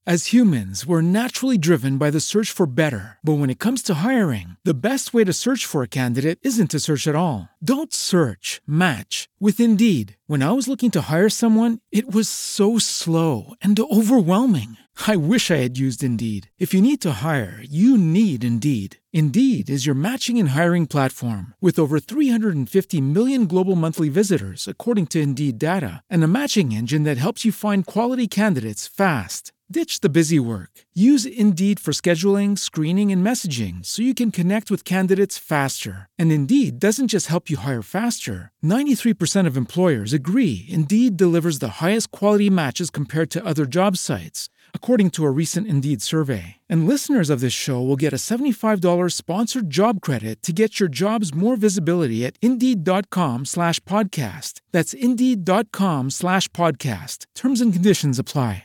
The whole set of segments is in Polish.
As humans, we're naturally driven by the search for better. But when it comes to hiring, the best way to search for a candidate isn't to search at all. Don't search, match with Indeed. When I was looking to hire someone, it was so slow and overwhelming. I wish I had used Indeed. If you need to hire, you need Indeed. Indeed is your matching and hiring platform with over 350 million global monthly visitors, according to Indeed data, and a matching engine that helps you find quality candidates fast. Ditch the busy work. Use Indeed for scheduling, screening, and messaging so you can connect with candidates faster. And Indeed doesn't just help you hire faster. 93% of employers agree Indeed delivers the highest quality matches compared to other job sites, according to a recent Indeed survey. And listeners of this show will get a $75 sponsored job credit to get your jobs more visibility at Indeed.com/podcast. That's Indeed.com/podcast. Terms and conditions apply.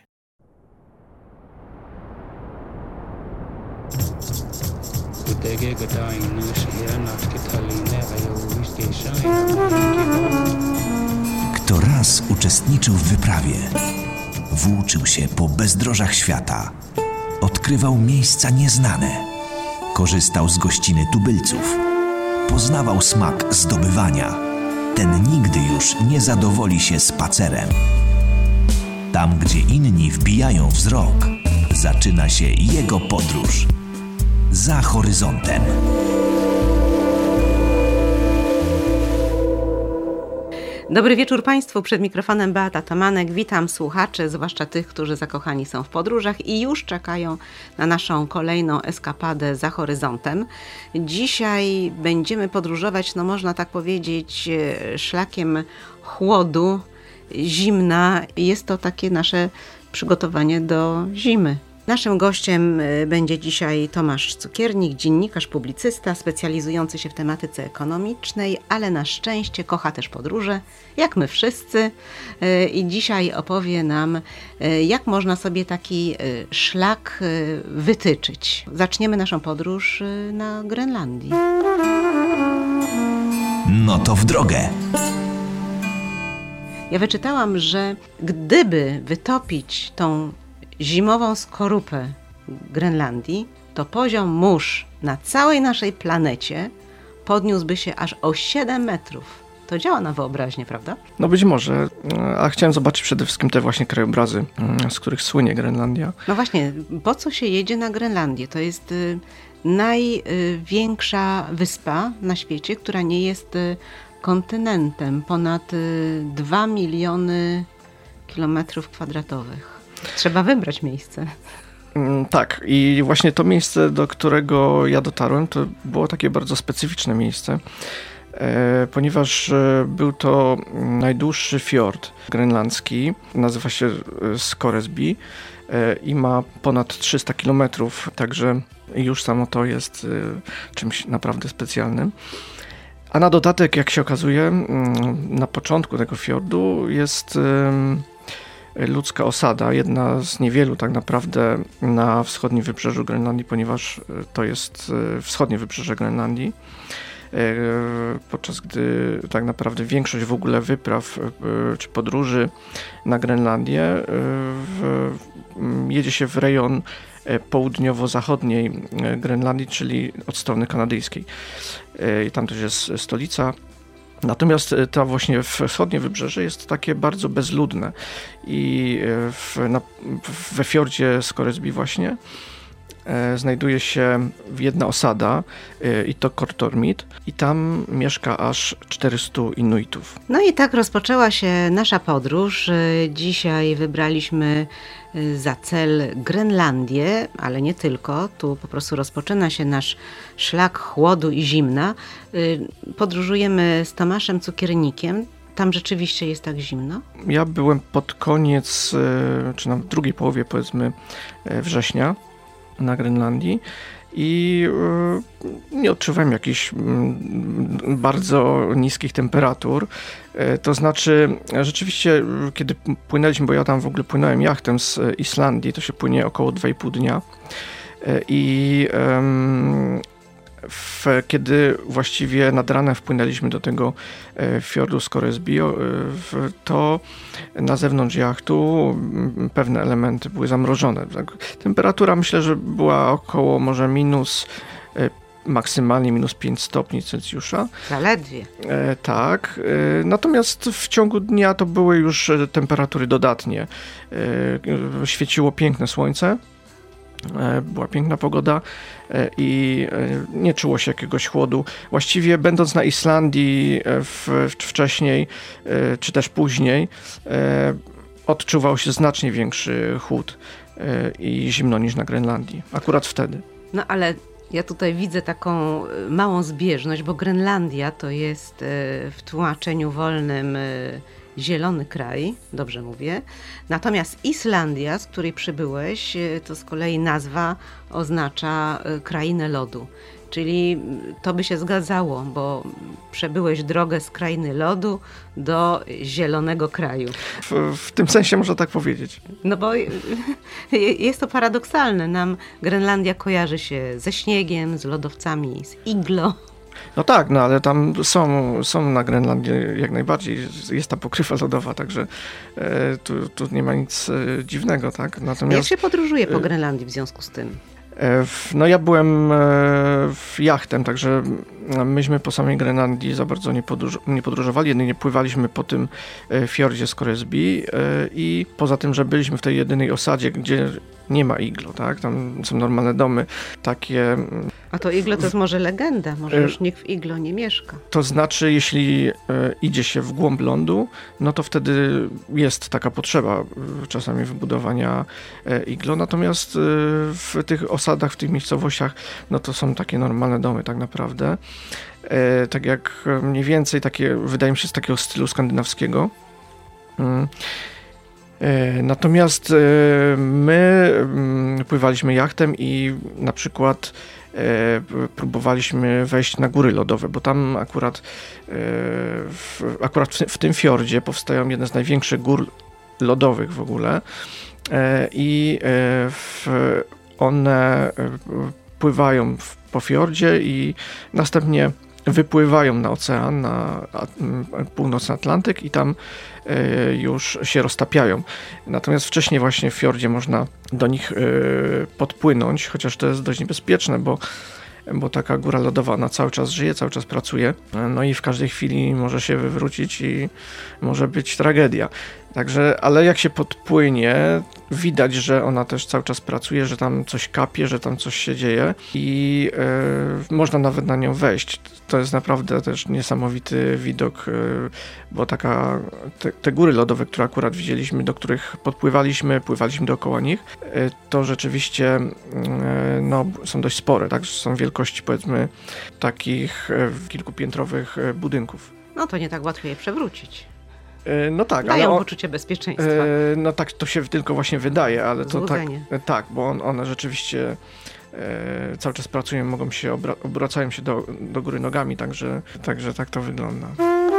Kto raz uczestniczył w wyprawie, włóczył się po bezdrożach świata, odkrywał miejsca nieznane, korzystał z gościny tubylców, poznawał smak zdobywania, ten nigdy już nie zadowoli się spacerem. Tam, gdzie inni wbijają wzrok, zaczyna się jego podróż. Za horyzontem. Dobry wieczór Państwu, przed mikrofonem Beata Tomanek. Witam słuchaczy, zwłaszcza tych, którzy zakochani są w podróżach i już czekają na naszą kolejną eskapadę za horyzontem. Dzisiaj będziemy podróżować, no można tak powiedzieć, szlakiem chłodu, zimna. Jest to takie nasze przygotowanie do zimy. Naszym gościem będzie dzisiaj Tomasz Cukiernik, dziennikarz, publicysta specjalizujący się w tematyce ekonomicznej, ale na szczęście kocha też podróże, jak my wszyscy. I dzisiaj opowie nam, jak można sobie taki szlak wytyczyć. Zaczniemy naszą podróż na Grenlandii. No to w drogę! Ja wyczytałam, że gdyby wytopić tą zimową skorupę Grenlandii, to poziom mórz na całej naszej planecie podniósłby się aż o 7 metrów. To działa na wyobraźnię, prawda? No być może, a chciałem zobaczyć przede wszystkim te właśnie krajobrazy, z których słynie Grenlandia. No właśnie, po co się jedzie na Grenlandię? To jest największa wyspa na świecie, która nie jest kontynentem. Ponad 2 miliony kilometrów kwadratowych. Trzeba wybrać miejsce. Tak, i właśnie to miejsce, do którego ja dotarłem, to było takie bardzo specyficzne miejsce, ponieważ był to najdłuższy fiord grenlandzki, nazywa się Scoresby i ma ponad 300 kilometrów, także już samo to jest czymś naprawdę specjalnym. A na dodatek, jak się okazuje, na początku tego fiordu jest ludzka osada, jedna z niewielu tak naprawdę na wschodnim wybrzeżu Grenlandii, ponieważ to jest wschodnie wybrzeże Grenlandii, podczas gdy tak naprawdę większość w ogóle wypraw czy podróży na Grenlandię jedzie się w rejon południowo-zachodniej Grenlandii, czyli od strony kanadyjskiej. I tam też jest stolica. Natomiast to właśnie wschodnie wybrzeże jest takie bardzo bezludne i we fiordzie Scoresby właśnie znajduje się jedna osada i to Kortormit i tam mieszka aż 400 Inuitów. No i tak rozpoczęła się nasza podróż. Dzisiaj wybraliśmy za cel Grenlandię, ale nie tylko. Tu po prostu rozpoczyna się nasz szlak chłodu i zimna. Podróżujemy z Tomaszem Cukiernikiem. Tam rzeczywiście jest tak zimno? Ja byłem pod koniec, czy na drugiej połowie powiedzmy września na Grenlandii i nie odczuwałem jakichś bardzo niskich temperatur. To znaczy, rzeczywiście, kiedy płynęliśmy, bo ja tam w ogóle płynąłem jachtem z Islandii, to się płynie około 2,5 dnia i Kiedy właściwie nad ranem wpłynęliśmy do tego fiordu Scoresby, to na zewnątrz jachtu pewne elementy były zamrożone. Temperatura myślę, że była około może maksymalnie minus 5 stopni Celsjusza. Zaledwie. Tak. Natomiast w ciągu dnia to były już temperatury dodatnie. Świeciło piękne słońce. Była piękna pogoda i nie czuło się jakiegoś chłodu. Właściwie będąc na Islandii wcześniej, czy też później, odczuwał się znacznie większy chłód i zimno niż na Grenlandii. Akurat wtedy. No ale ja tutaj widzę taką małą zbieżność, bo Grenlandia to jest w tłumaczeniu wolnym zielony kraj, dobrze mówię. Natomiast Islandia, z której przybyłeś, to z kolei nazwa oznacza krainę lodu. Czyli to by się zgadzało, bo przebyłeś drogę z krainy lodu do zielonego kraju. W tym sensie można tak powiedzieć. No bo jest to paradoksalne. Nam Grenlandia kojarzy się ze śniegiem, z lodowcami, z iglo. No tak, no ale tam są na Grenlandii jak najbardziej, jest ta pokrywa lodowa, także tu nie ma nic dziwnego, tak? Jak się podróżuje po Grenlandii w związku z tym? No ja byłem jachtem, także myśmy po samej Grenlandii za bardzo nie podróżowali, jedynie pływaliśmy po tym fiordzie Scoresby i poza tym, że byliśmy w tej jedynej osadzie, gdzie nie ma iglo, tak? Tam są normalne domy, takie... A to iglo to jest może legenda, może już nikt w iglo nie mieszka. To znaczy, jeśli idzie się w głąb lądu, no to wtedy jest taka potrzeba czasami wybudowania iglo, natomiast w tych osadach, w tych miejscowościach, no to są takie normalne domy tak naprawdę. Tak jak mniej więcej takie, wydaje mi się, z takiego stylu skandynawskiego. Natomiast my pływaliśmy jachtem i na przykład próbowaliśmy wejść na góry lodowe, bo tam akurat w tym fiordzie powstają jedne z największych gór lodowych w ogóle i one pływają po fiordzie i następnie wypływają na ocean, na północny Atlantyk i tam już się roztapiają. Natomiast wcześniej właśnie w fiordzie można do nich podpłynąć, chociaż to jest dość niebezpieczne, bo taka góra lodowa, ona cały czas żyje, cały czas pracuje, no i w każdej chwili może się wywrócić i może być tragedia. Także, ale jak się podpłynie, widać, że ona też cały czas pracuje, że tam coś kapie, że tam coś się dzieje i można nawet na nią wejść. To jest naprawdę też niesamowity widok, bo te góry lodowe, które akurat widzieliśmy, do których pływaliśmy dookoła nich, to rzeczywiście no, są dość spore, tak? Są wielkości powiedzmy takich kilkupiętrowych budynków. No to nie tak łatwo je przewrócić. No tak, dają poczucie bezpieczeństwa. No tak, to się tylko właśnie wydaje, ale złudzenie. To tak, bo one rzeczywiście cały czas pracują, mogą się obracają się do góry nogami, także tak to wygląda.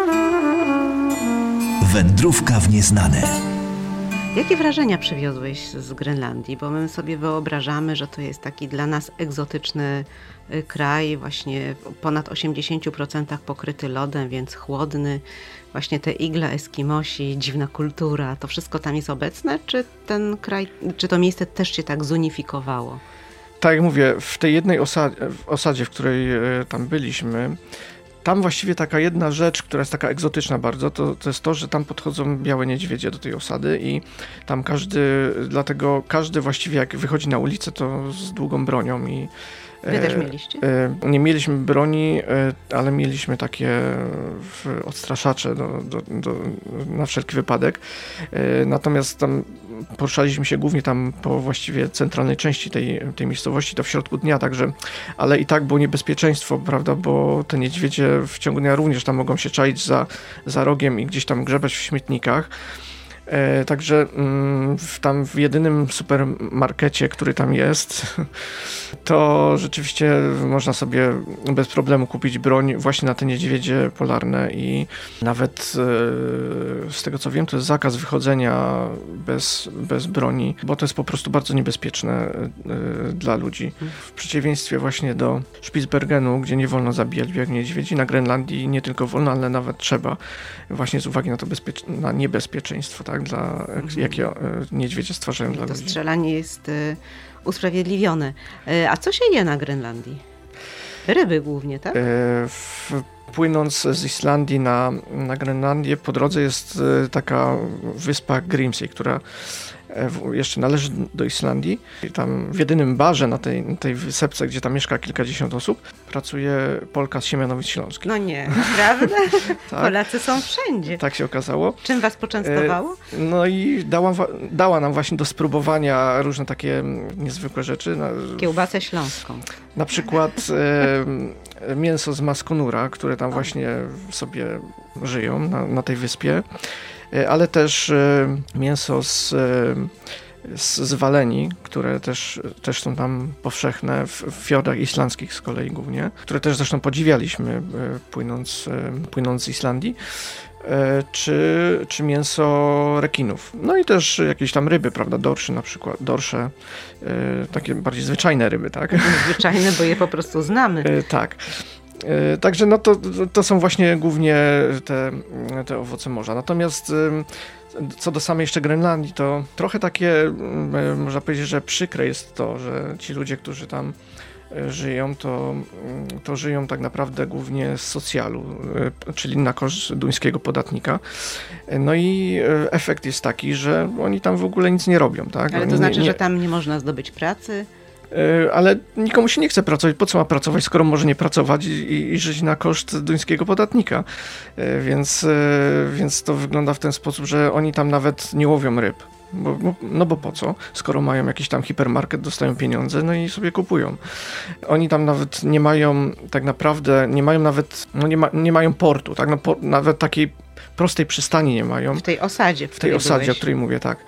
Wędrówka w nieznane. Jakie wrażenia przywiozłeś z Grenlandii? Bo my sobie wyobrażamy, że to jest taki dla nas egzotyczny kraj, właśnie ponad 80% pokryty lodem, więc chłodny. Właśnie te igle, Eskimosi, dziwna kultura, to wszystko tam jest obecne? Czy ten kraj, czy to miejsce też się tak zunifikowało? Tak jak mówię, w tej jednej osadzie, w której tam byliśmy, tam właściwie taka jedna rzecz, która jest taka egzotyczna bardzo, to jest to, że tam podchodzą białe niedźwiedzie do tej osady i tam każdy właściwie jak wychodzi na ulicę, to z długą bronią i Wy też mieliście? Nie mieliśmy broni, ale mieliśmy takie odstraszacze na wszelki wypadek. Natomiast tam poruszaliśmy się głównie tam po właściwie centralnej części tej miejscowości, to w środku dnia, także, ale i tak było niebezpieczeństwo, prawda, bo te niedźwiedzie w ciągu dnia również tam mogą się czaić za rogiem i gdzieś tam grzebać w śmietnikach. Także tam w jedynym supermarkecie, który tam jest, to rzeczywiście można sobie bez problemu kupić broń właśnie na te niedźwiedzie polarne i nawet z tego co wiem, to jest zakaz wychodzenia bez broni, bo to jest po prostu bardzo niebezpieczne dla ludzi. W przeciwieństwie właśnie do Spitsbergenu, gdzie nie wolno zabijać niedźwiedzi, na Grenlandii nie tylko wolno, ale nawet trzeba, właśnie z uwagi na to na niebezpieczeństwo, tak, jakie niedźwiedzie stwarzają dla ludzi. To strzelanie jest usprawiedliwione. A co się je na Grenlandii? Ryby głównie, tak? Płynąc z Islandii na Grenlandię, po drodze jest taka wyspa Grimsey, która jeszcze należy do Islandii. I tam w jedynym barze na tej wysepce, gdzie tam mieszka kilkadziesiąt osób, pracuje Polka z Siemianowic Śląskich. No nie, naprawdę? Tak. Polacy są wszędzie. Tak się okazało. Czym was poczęstowało? No i dała nam właśnie do spróbowania różne takie niezwykłe rzeczy. Kiełbasę śląską. Na przykład mięso z maskonura, które tam właśnie sobie żyją na tej wyspie, ale też mięso z waleni, które też są tam powszechne w fiordach islandzkich z kolei głównie, które też zresztą podziwialiśmy płynąc z Islandii, czy mięso rekinów. No i też jakieś tam ryby, prawda, dorszy na przykład, dorsze, takie bardziej zwyczajne ryby, tak? Zwyczajne, bo je po prostu znamy. Tak. Także no to są właśnie głównie te owoce morza. Natomiast co do samej jeszcze Grenlandii, to trochę takie, można powiedzieć, że przykre jest to, że ci ludzie, którzy tam żyją, to żyją tak naprawdę głównie z socjalu, czyli na koszt duńskiego podatnika. No i efekt jest taki, że oni tam w ogóle nic nie robią. Tak? Ale to znaczy, że tam nie można zdobyć pracy? Ale nikomu się nie chce pracować. Po co ma pracować, skoro może nie pracować i żyć na koszt duńskiego podatnika? Więc to wygląda w ten sposób, że oni tam nawet nie łowią ryb. Bo po co? Skoro mają jakiś tam hipermarket, dostają pieniądze, no i sobie kupują. Oni tam nawet nie mają, tak naprawdę, nie mają nawet, nie mają portu, tak? No, nawet takiej prostej przystani nie mają. W tej osadzie, o której mówię, tak.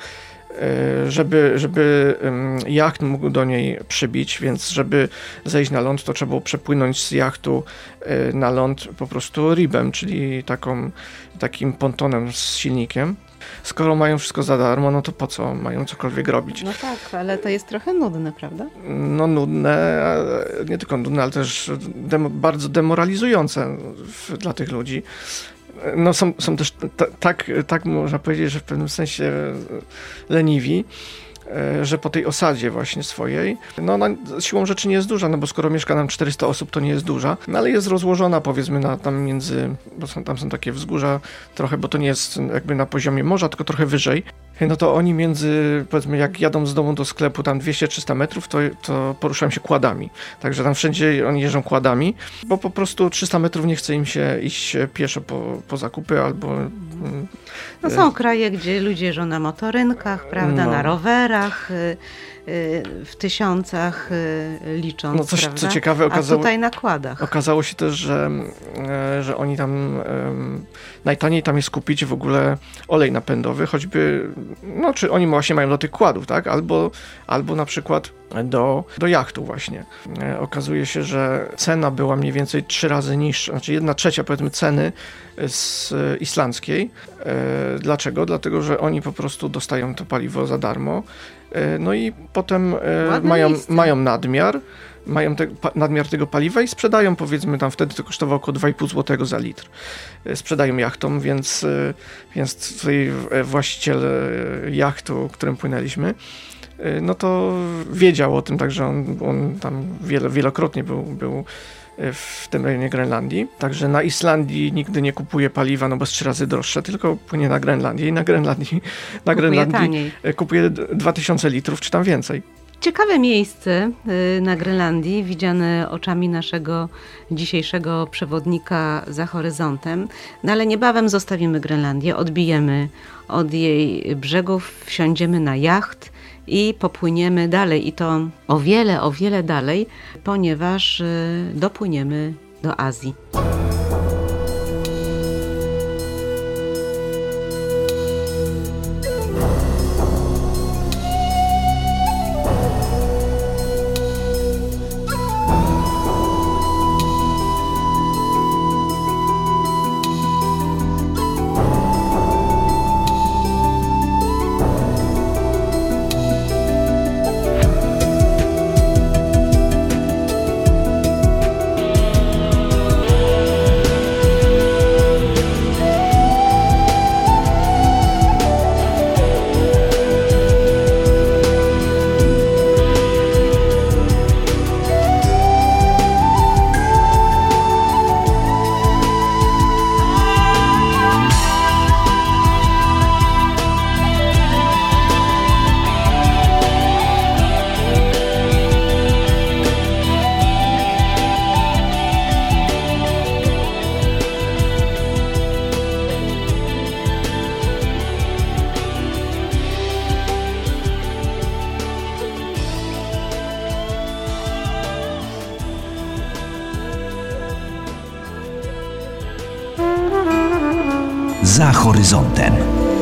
Żeby jacht mógł do niej przybić, więc żeby zejść na ląd, to trzeba było przepłynąć z jachtu na ląd po prostu ribem, czyli takim pontonem z silnikiem. Skoro mają wszystko za darmo, no to po co mają cokolwiek robić? No tak, ale to jest trochę nudne, prawda? No nudne, nie tylko nudne, ale też bardzo demoralizujące dla tych ludzi. No są też tak można powiedzieć, że w pewnym sensie leniwi, że po tej osadzie właśnie swojej, no ona siłą rzeczy nie jest duża, no bo skoro mieszka nam 400 osób, to nie jest duża, no ale jest rozłożona powiedzmy bo tam są takie wzgórza trochę, bo to nie jest jakby na poziomie morza, tylko trochę wyżej. No to oni powiedzmy jak jadą z domu do sklepu tam 200-300 metrów, to poruszają się kładami. Także tam wszędzie oni jeżdżą kładami, bo po prostu 300 metrów nie chce im się iść pieszo po zakupy albo... No są kraje, gdzie ludzie jeżdżą na motorynkach, prawda, na rowerach, w tysiącach licząc, no co ciekawe, a tutaj na kładach. Okazało się też, że oni tam najtaniej tam jest kupić w ogóle olej napędowy, choćby, no czy oni właśnie mają do tych kładów, tak? Albo na przykład do jachtu właśnie. Okazuje się, że cena była mniej więcej 3 razy niższa, znaczy 1/3 powiedzmy ceny z islandzkiej. Dlaczego? Dlatego, że oni po prostu dostają to paliwo za darmo, no i potem mają nadmiar tego paliwa i sprzedają, powiedzmy tam wtedy to kosztowało około 2,5 zł za litr. Sprzedają jachtom, więc tutaj właściciel jachtu, którym płynęliśmy, no to wiedział o tym, także on tam wielokrotnie był w tym rejonie Grenlandii. Także na Islandii nigdy nie kupuje paliwa, no bo jest 3 razy droższe, tylko płynie na Grenlandię i na Grenlandii kupuje 2000 litrów, czy tam więcej. Ciekawe miejsce na Grenlandii, widziane oczami naszego dzisiejszego przewodnika za horyzontem. No ale niebawem zostawimy Grenlandię, odbijemy od jej brzegów, wsiądziemy na jacht i popłyniemy dalej. I to o wiele dalej, ponieważ dopłyniemy do Azji. Za horyzontem.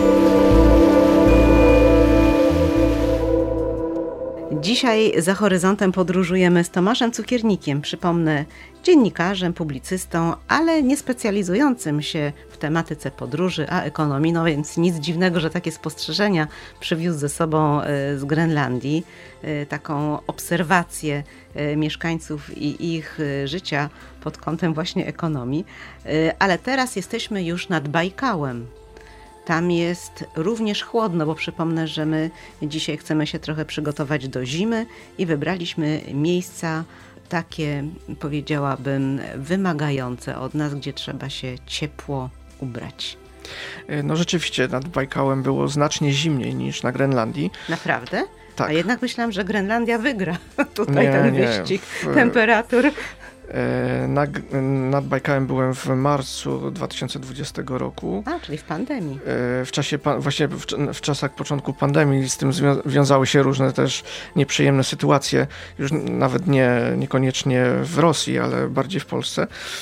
Dzisiaj za horyzontem podróżujemy z Tomaszem Cukiernikiem, przypomnę, dziennikarzem, publicystą, ale nie specjalizującym się w tematyce podróży, a ekonomii, no więc nic dziwnego, że takie spostrzeżenia przywiózł ze sobą z Grenlandii, taką obserwację mieszkańców i ich życia pod kątem właśnie ekonomii, ale teraz jesteśmy już nad Bajkałem. Tam jest również chłodno, bo przypomnę, że my dzisiaj chcemy się trochę przygotować do zimy i wybraliśmy miejsca takie, powiedziałabym, wymagające od nas, gdzie trzeba się ciepło ubrać. No rzeczywiście nad Bajkałem było znacznie zimniej niż na Grenlandii. Naprawdę? Tak. A jednak myślałam, że Grenlandia wygra tutaj ten wyścig temperatur. Nad Bajkałem byłem w marcu 2020 roku. A, czyli w pandemii. W czasie, właśnie w czasach początku pandemii z tym wiązały się różne też nieprzyjemne sytuacje, już nawet niekoniecznie w Rosji, ale bardziej w Polsce.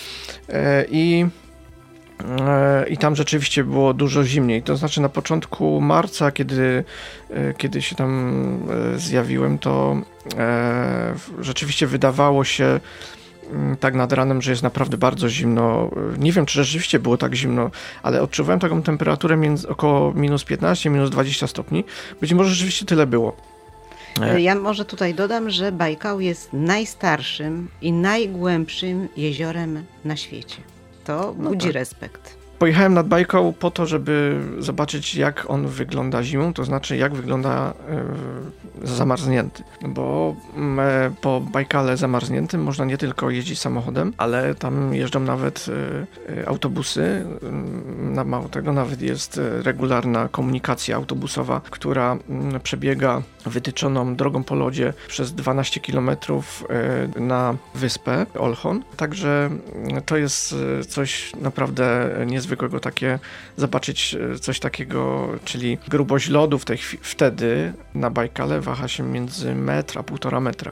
I tam rzeczywiście było dużo zimniej. To znaczy na początku marca, kiedy się tam zjawiłem, to rzeczywiście wydawało się tak nad ranem, że jest naprawdę bardzo zimno. Nie wiem, czy rzeczywiście było tak zimno, ale odczuwałem taką temperaturę około minus 15, minus 20 stopni. Być może rzeczywiście tyle było. Ja może tutaj dodam, że Bajkał jest najstarszym i najgłębszym jeziorem na świecie. To budzi respekt. Pojechałem nad Bajkał po to, żeby zobaczyć, jak on wygląda zimą, to znaczy jak wygląda zamarznięty. Bo po Bajkale zamarzniętym można nie tylko jeździć samochodem, ale tam jeżdżą nawet autobusy. Mało tego, nawet jest regularna komunikacja autobusowa, która przebiega wytyczoną drogą po lodzie przez 12 km na wyspę Olchon. Także to jest coś naprawdę niezwykłego, takie zobaczyć coś takiego, czyli grubość lodu wtedy na Bajkale waha się między 1 a 1,5 metra.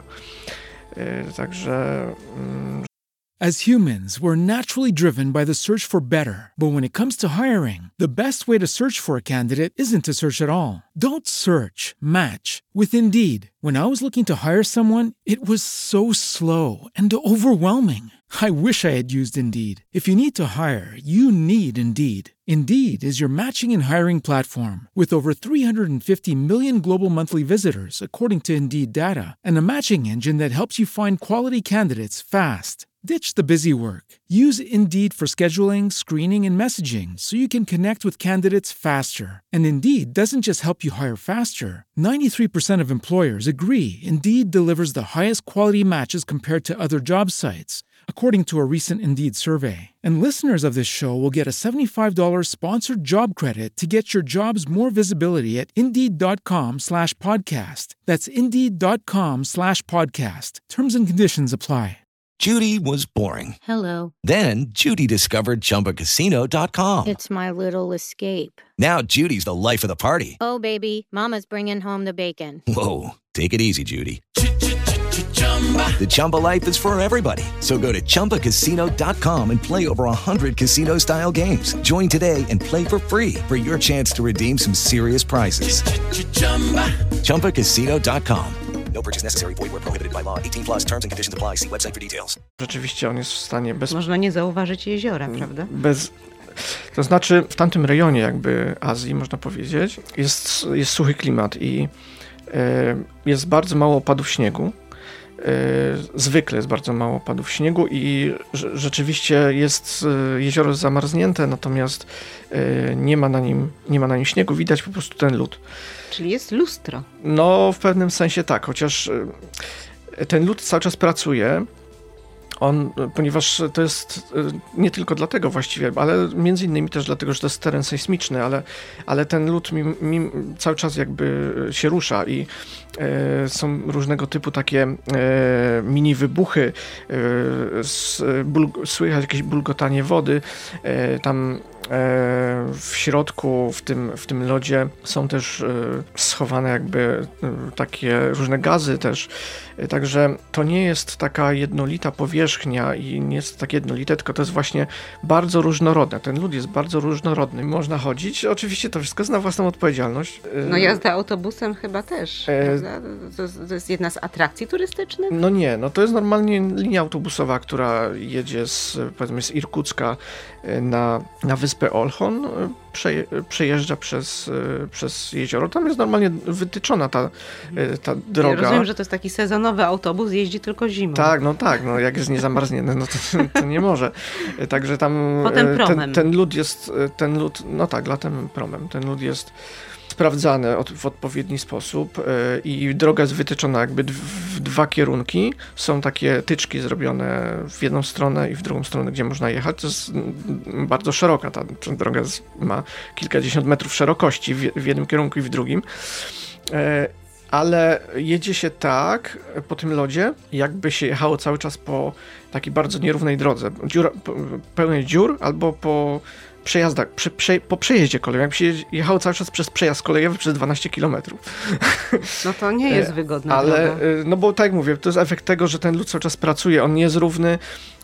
Także As humans, we're naturally driven by the search for better. But when it comes to hiring, the best way to search for a candidate isn't to search at all. Don't search, match with Indeed. When I was looking to hire someone, it was so slow and overwhelming. I wish I had used Indeed. If you need to hire, you need Indeed. Indeed is your matching and hiring platform with over 350 million global monthly visitors, according to Indeed data, and a matching engine that helps you find quality candidates fast. Ditch the busy work. Use Indeed for scheduling, screening, and messaging so you can connect with candidates faster. And Indeed doesn't just help you hire faster. 93% of employers agree Indeed delivers the highest quality matches compared to other job sites, according to a recent Indeed survey. And listeners of this show will get a $75 sponsored job credit to get your jobs more visibility at Indeed.com/podcast. That's Indeed.com/podcast. Terms and conditions apply. Judy was boring. Hello. Then Judy discovered ChumbaCasino.com. It's my little escape. Now Judy's the life of the party. Oh, baby, mama's bringing home the bacon. Whoa, take it easy, Judy. The Chumba life is for everybody. So go to ChumbaCasino.com and play over 100 casino-style games. Join today and play for free for your chance to redeem some serious prizes. ChumbaCasino.com. No purchase necessary. Void where prohibited by law. 18 plus terms and conditions apply. See website for details. rzeczywiście on jest w stanie Można nie zauważyć jeziora, prawda? To znaczy w tamtym rejonie jakby Azji, można powiedzieć, jest suchy klimat i jest bardzo mało opadów śniegu. Zwykle jest bardzo mało opadów śniegu i rzeczywiście jest jezioro zamarznięte, natomiast nie ma na nim śniegu, widać po prostu ten lód. Czyli jest lustro. No, w pewnym sensie tak, chociaż ten lód cały czas pracuje. Ponieważ to jest nie tylko dlatego właściwie, ale między innymi też dlatego, że to jest teren sejsmiczny, ale ten lód cały czas jakby się rusza i są różnego typu takie mini wybuchy, słychać jakieś bulgotanie wody, tam w środku, w tym lodzie są też schowane jakby takie różne gazy też. Także to nie jest taka jednolita powierzchnia i nie jest takie jednolite, tylko to jest właśnie bardzo różnorodne. Ten lód jest bardzo różnorodny. Można chodzić. Oczywiście to wszystko jest na własną odpowiedzialność. No jazda autobusem chyba też, prawda? To jest jedna z atrakcji turystycznych? No nie, no to jest normalnie linia autobusowa, która jedzie powiedzmy z Irkucka na wyspę Olchon, przejeżdża przez jezioro. Tam jest normalnie wytyczona ta droga. Ja rozumiem, że to jest taki sezonowy autobus, jeździ tylko zimą. Tak, no jak jest niezamarznięty, no to nie może. Także tam potem promem. Ten lód, no tak, latem promem. Ten lód jest sprawdzany w odpowiedni sposób i droga jest wytyczona jakby w dwa kierunki. Są takie tyczki zrobione w jedną stronę i w drugą stronę, gdzie można jechać. To jest bardzo szeroka, ta droga ma kilkadziesiąt metrów szerokości w jednym kierunku i w drugim. Ale jedzie się tak po tym lodzie, jakby się jechało cały czas po takiej bardzo nierównej drodze. Pełnej dziur albo po przejazdach, po przejeździe kolejowym, jakby się jechało cały czas przez przejazd kolejowy przez 12 km. No to nie jest wygodna ale, droga. No bo tak jak mówię, to jest efekt tego, że ten lód cały czas pracuje, on nie jest równy,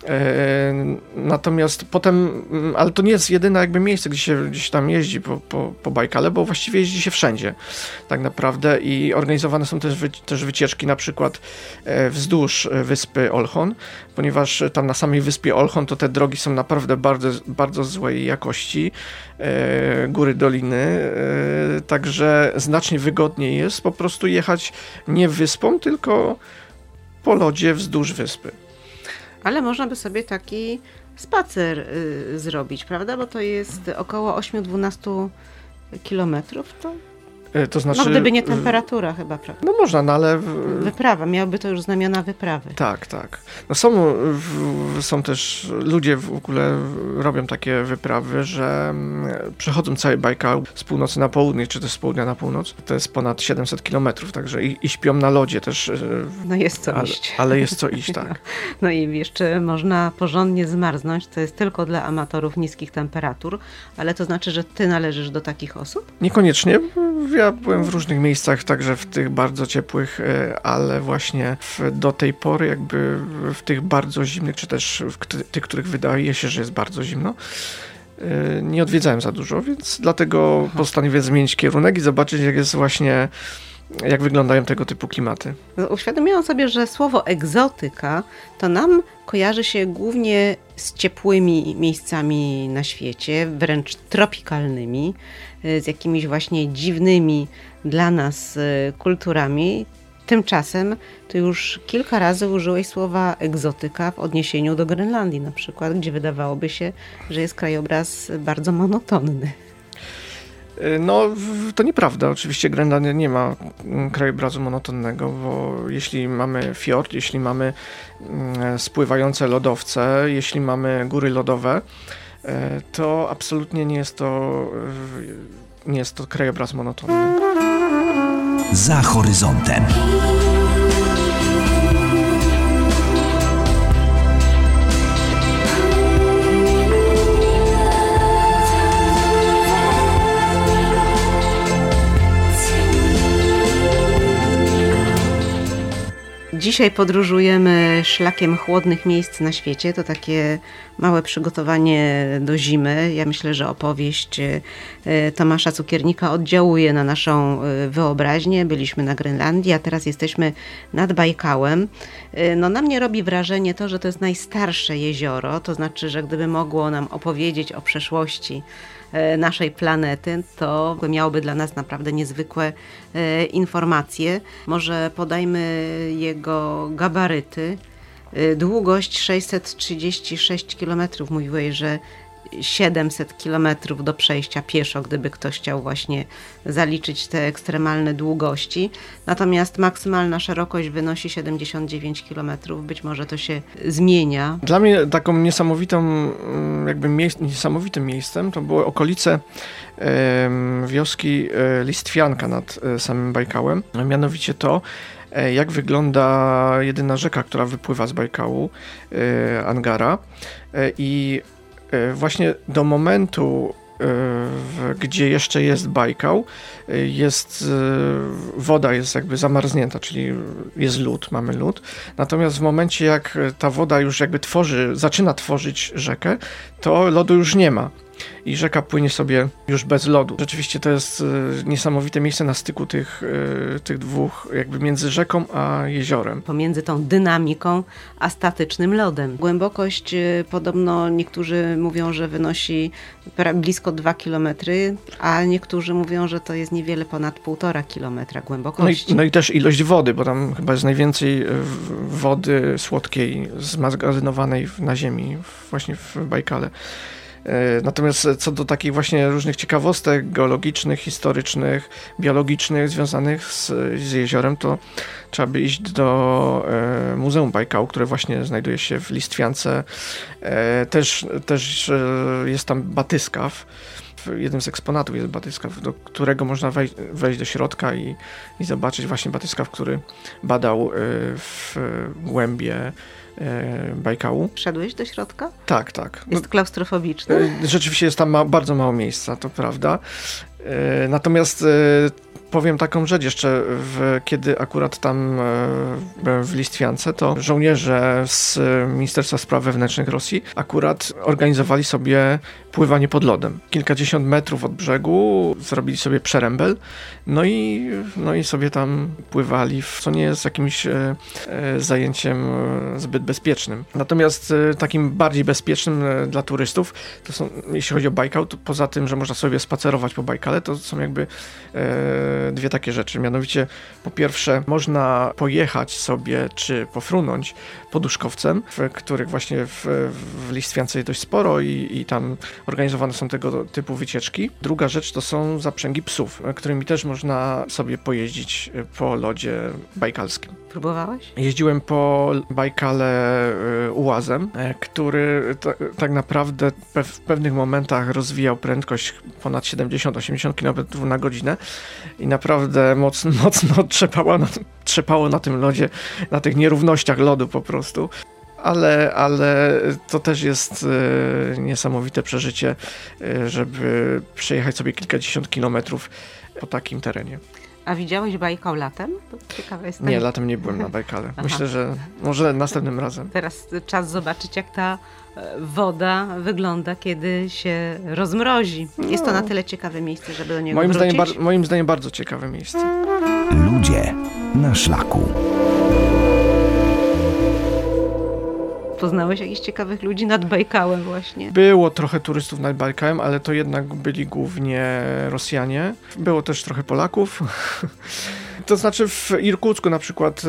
natomiast potem, ale to nie jest jedyne jakby miejsce, gdzie się tam jeździ po Bajkale, bo właściwie jeździ się wszędzie tak naprawdę i organizowane są też wycieczki na przykład wzdłuż wyspy Olchon, ponieważ tam na samej wyspie Olchon to te drogi są naprawdę bardzo, bardzo złej jakości, góry, doliny, także znacznie wygodniej jest po prostu jechać nie wyspą, tylko po lodzie wzdłuż wyspy. Ale można by sobie taki spacer zrobić, prawda? Bo to jest około 8-12 kilometrów. To znaczy, no gdyby nie temperatura chyba, prawda? No można, no ale... Wyprawa, miałoby to już znamiona wyprawy. Tak. No są też, ludzie w ogóle robią takie wyprawy, że przechodzą cały Bajkał z północy na południe, czy też z południa na północ. To jest ponad 700 kilometrów, także i śpią na lodzie też. No jest co iść. Ale jest co iść, tak. No i jeszcze można porządnie zmarznąć, to jest tylko dla amatorów niskich temperatur, ale to znaczy, że ty należysz do takich osób? Niekoniecznie. Ja byłem w różnych miejscach, także w tych bardzo ciepłych, ale właśnie do tej pory jakby w tych bardzo zimnych, czy też w tych, których wydaje się, że jest bardzo zimno, nie odwiedzałem za dużo, więc dlatego postanowiłem zmienić kierunek i zobaczyć, jak wyglądają tego typu klimaty. Uświadomiłam sobie, że słowo egzotyka to nam kojarzy się głównie z ciepłymi miejscami na świecie, wręcz tropikalnymi, z jakimiś właśnie dziwnymi dla nas kulturami. Tymczasem ty już kilka razy użyłeś słowa egzotyka w odniesieniu do Grenlandii na przykład, gdzie wydawałoby się, że jest krajobraz bardzo monotonny. No, to nieprawda. Oczywiście Grenlandia nie ma krajobrazu monotonnego, bo jeśli mamy fiord, jeśli mamy spływające lodowce, jeśli mamy góry lodowe, to absolutnie nie jest to krajobraz monotonny. Za horyzontem. Dzisiaj podróżujemy szlakiem chłodnych miejsc na świecie. To takie małe przygotowanie do zimy. Ja myślę, że opowieść Tomasza Cukiernika oddziałuje na naszą wyobraźnię. Byliśmy na Grenlandii, a teraz jesteśmy nad Bajkałem. No, na mnie robi wrażenie to, że to jest najstarsze jezioro. To znaczy, że gdyby mogło nam opowiedzieć o przeszłości naszej planety, to miałoby dla nas naprawdę niezwykłe informacje. Może podajmy jego gabaryty. Długość 636 km. Mówiłeś, że 700 km do przejścia pieszo, gdyby ktoś chciał właśnie zaliczyć te ekstremalne długości. Natomiast maksymalna szerokość wynosi 79 km. Być może to się zmienia. Dla mnie taką niesamowitym miejscem to były okolice wioski Listwianka nad samym Bajkałem. Mianowicie to, jak wygląda jedyna rzeka, która wypływa z Bajkału, Angara. I właśnie do momentu, gdzie jeszcze jest Bajkał, woda jest jakby zamarznięta, czyli jest lód, mamy lód. Natomiast w momencie, jak ta woda już jakby zaczyna tworzyć rzekę, to lodu już nie ma. I rzeka płynie sobie już bez lodu. Rzeczywiście to jest niesamowite miejsce na styku tych dwóch, jakby między rzeką a jeziorem. Pomiędzy tą dynamiką a statycznym lodem. Głębokość podobno niektórzy mówią, że wynosi blisko 2 km, a niektórzy mówią, że to jest niewiele ponad 1,5 kilometra głębokości. No i też ilość wody, bo tam chyba jest najwięcej wody słodkiej zmagazynowanej na ziemi, właśnie w Bajkale. Natomiast co do takich właśnie różnych ciekawostek geologicznych, historycznych, biologicznych związanych z jeziorem, to trzeba by iść do Muzeum Bajkału, które właśnie znajduje się w Listwiance. Też jest tam batyskaw. Jednym z eksponatów jest batyskaw, do którego można wejść do środka i zobaczyć właśnie batyskaw, który badał w głębie Bajkału. Wszedłeś do środka? Tak. Jest klaustrofobiczny? Rzeczywiście jest tam bardzo mało miejsca, to prawda. Natomiast powiem taką rzecz jeszcze, kiedy akurat tam byłem w Listwiance, to żołnierze z Ministerstwa Spraw Wewnętrznych Rosji akurat organizowali sobie pływanie pod lodem. Kilkadziesiąt metrów od brzegu zrobili sobie przerębel, no i sobie tam pływali, co nie jest jakimś zajęciem zbyt bezpiecznym. Natomiast takim bardziej bezpiecznym dla turystów, to są, jeśli chodzi o Bajkał, to poza tym, że można sobie spacerować po Bajkale, to są jakby dwie takie rzeczy. Mianowicie, po pierwsze, można pojechać sobie, czy pofrunąć poduszkowcem, których właśnie w Listwiance jest dość sporo i tam organizowane są tego typu wycieczki. Druga rzecz to są zaprzęgi psów, którymi też można sobie pojeździć po lodzie bajkalskim. Próbowałeś? Jeździłem po Bajkale ułazem, który tak naprawdę w pewnych momentach rozwijał prędkość ponad 70-80 km na godzinę i naprawdę mocno trzepało na tym lodzie, na tych nierównościach lodu po prostu. Ale to też jest niesamowite przeżycie, żeby przejechać sobie kilkadziesiąt kilometrów po takim terenie. A widziałeś Bajkał latem? To ciekawe jest. Nie, latem nie byłem na Bajkale. Myślę, że może następnym razem. Teraz czas zobaczyć, jak ta woda wygląda, kiedy się rozmrozi. Jest to na tyle ciekawe miejsce, żeby do niego wrócić. Moim zdaniem bardzo ciekawe miejsce. Ludzie na szlaku. Poznałeś jakichś ciekawych ludzi nad Bajkałem właśnie? Było trochę turystów nad Bajkałem, ale to jednak byli głównie Rosjanie. Było też trochę Polaków. To znaczy w Irkucku na przykład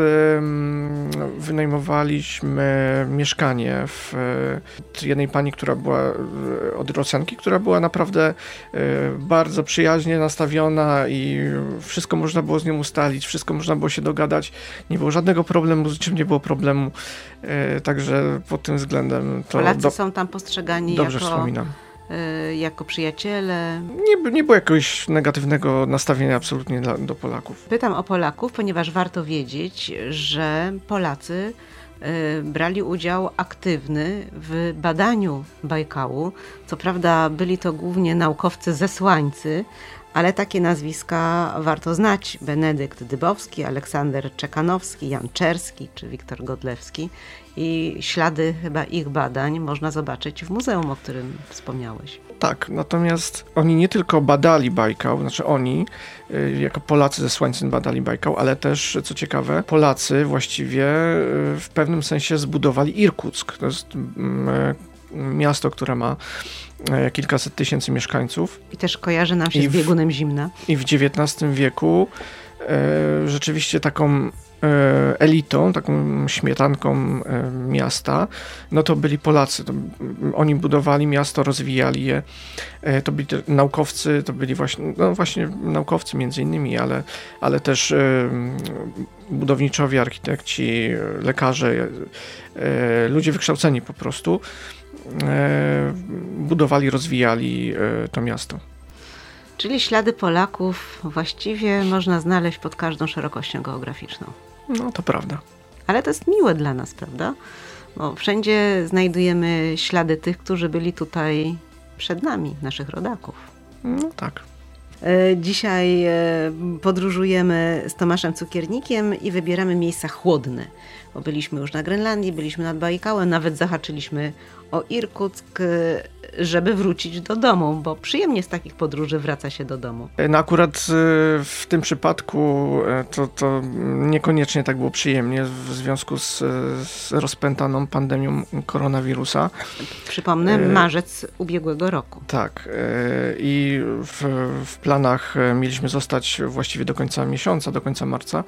wynajmowaliśmy mieszkanie w jednej pani, która była od Rosjanki, która była naprawdę bardzo przyjaźnie nastawiona i wszystko można było z nią ustalić, wszystko można było się dogadać. Nie było żadnego problemu, z czym nie było problemu. Także pod tym względem to Polacy są tam postrzegani dobrze wspominam. Jako przyjaciele. Nie było jakiegoś negatywnego nastawienia absolutnie do Polaków. Pytam o Polaków, ponieważ warto wiedzieć, że Polacy brali udział aktywny w badaniu Bajkału. Co prawda byli to głównie naukowcy zesłańcy, ale takie nazwiska warto znać. Benedykt Dybowski, Aleksander Czekanowski, Jan Czerski czy Wiktor Godlewski. I ślady chyba ich badań można zobaczyć w muzeum, o którym wspomniałeś. Tak, natomiast oni nie tylko badali Bajkał, znaczy oni jako Polacy zesłańcy badali Bajkał, ale też, co ciekawe, Polacy właściwie w pewnym sensie zbudowali Irkuck. To jest miasto, które ma kilkaset tysięcy mieszkańców. I też kojarzy nam się z biegunem zimna. I w XIX wieku rzeczywiście taką elitą, taką śmietanką miasta, no to byli Polacy. Oni budowali miasto, rozwijali je. To byli naukowcy, to byli właśnie naukowcy między innymi, ale też budowniczowie, architekci, lekarze, ludzie wykształceni po prostu budowali, rozwijali to miasto. Czyli ślady Polaków właściwie można znaleźć pod każdą szerokością geograficzną. No to prawda. Ale to jest miłe dla nas, prawda? Bo wszędzie znajdujemy ślady tych, którzy byli tutaj przed nami, naszych rodaków. No tak. Dzisiaj podróżujemy z Tomaszem Cukiernikiem i wybieramy miejsca chłodne. Bo byliśmy już na Grenlandii, byliśmy nad Bajkałem, nawet zahaczyliśmy o Irkuck, żeby wrócić do domu, bo przyjemnie z takich podróży wraca się do domu. No akurat w tym przypadku to niekoniecznie tak było przyjemnie w związku z rozpętaną pandemią koronawirusa. Przypomnę, marzec ubiegłego roku. Tak. I w planach mieliśmy zostać właściwie do końca miesiąca, do końca marca.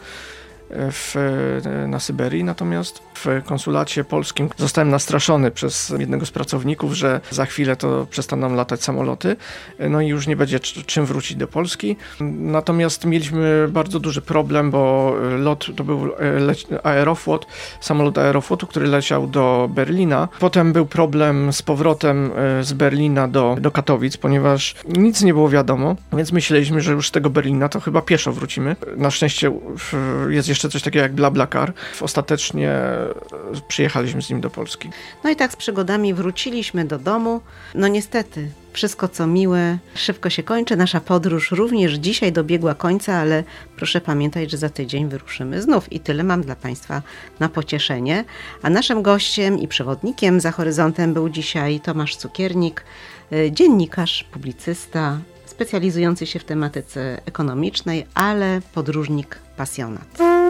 Na Syberii, natomiast w konsulacie polskim zostałem nastraszony przez jednego z pracowników, że za chwilę to przestaną latać samoloty, no i już nie będzie czym wrócić do Polski. Natomiast mieliśmy bardzo duży problem, bo lot to był Aeroflot, samolot Aeroflotu, który leciał do Berlina. Potem był problem z powrotem z Berlina do Katowic, ponieważ nic nie było wiadomo, więc myśleliśmy, że już z tego Berlina to chyba pieszo wrócimy. Na szczęście jest jeszcze coś takiego jak BlaBlaCar. Ostatecznie przyjechaliśmy z nim do Polski. No i tak z przygodami wróciliśmy do domu. No niestety, wszystko co miłe szybko się kończy. Nasza podróż również dzisiaj dobiegła końca, ale proszę pamiętać, że za tydzień wyruszymy znów i tyle mam dla Państwa na pocieszenie. A naszym gościem i przewodnikiem za horyzontem był dzisiaj Tomasz Cukiernik, dziennikarz, publicysta, specjalizujący się w tematyce ekonomicznej, ale podróżnik pasjonat.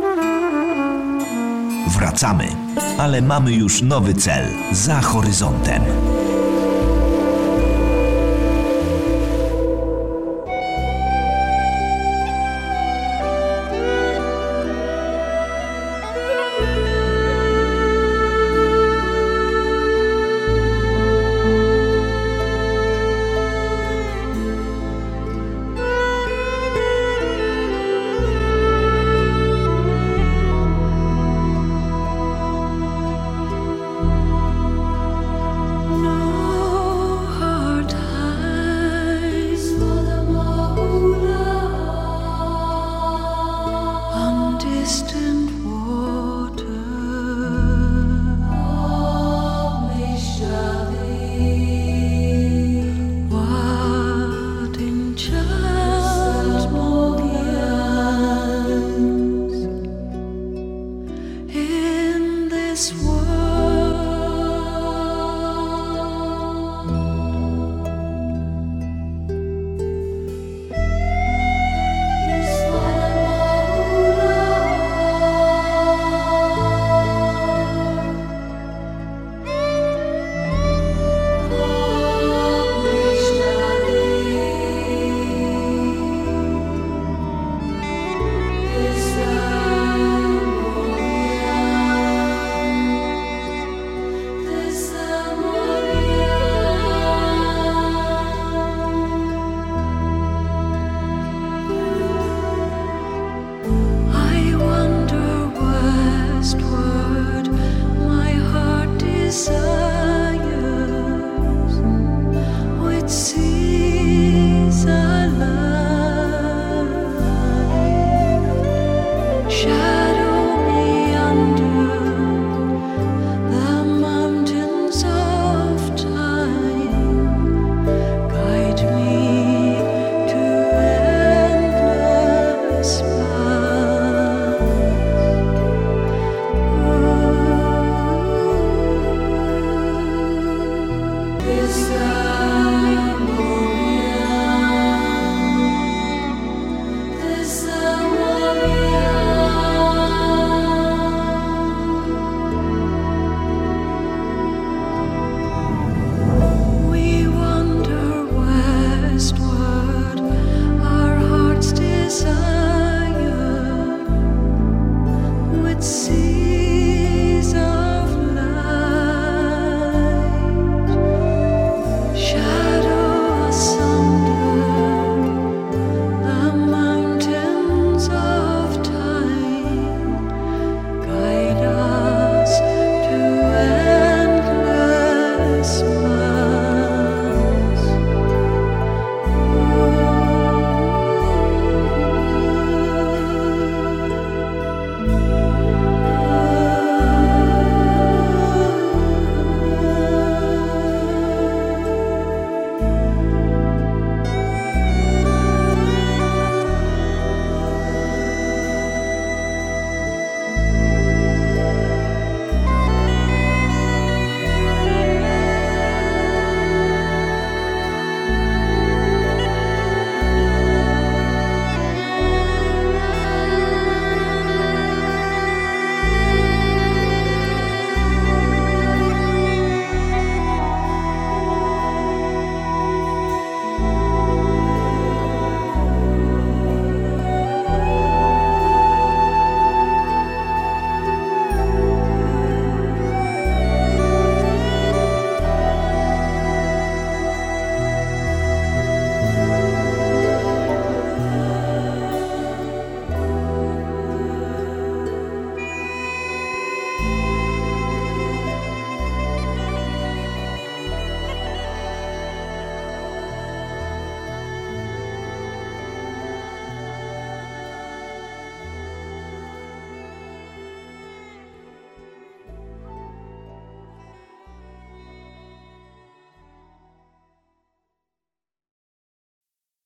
Wracamy, ale mamy już nowy cel za horyzontem.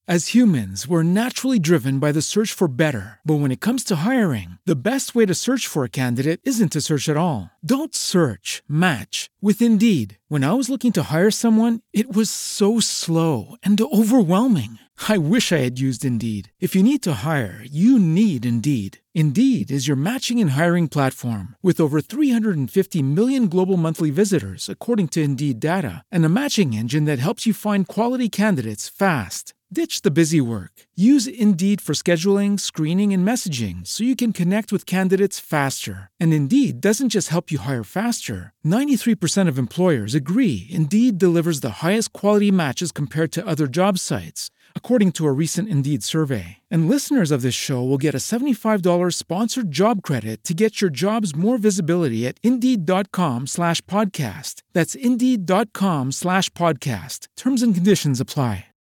As humans, we're naturally driven by the search for better. But when it comes to hiring, the best way to search for a candidate isn't to search at all. Don't search, match with Indeed. When I was looking to hire someone, it was so slow and overwhelming. I wish I had used Indeed. If you need to hire, you need Indeed. Indeed is your matching and hiring platform with over 350 million global monthly visitors, according to Indeed data, and a matching engine that helps you find quality candidates fast. Ditch the busy work. Use Indeed for scheduling, screening, and messaging so you can connect with candidates faster. And Indeed doesn't just help you hire faster. 93% of employers agree Indeed delivers the highest quality matches compared to other job sites, according to a recent Indeed survey. And listeners of this show will get a $75 sponsored job credit to get your jobs more visibility at Indeed.com/podcast. That's Indeed.com/podcast. Terms and conditions apply.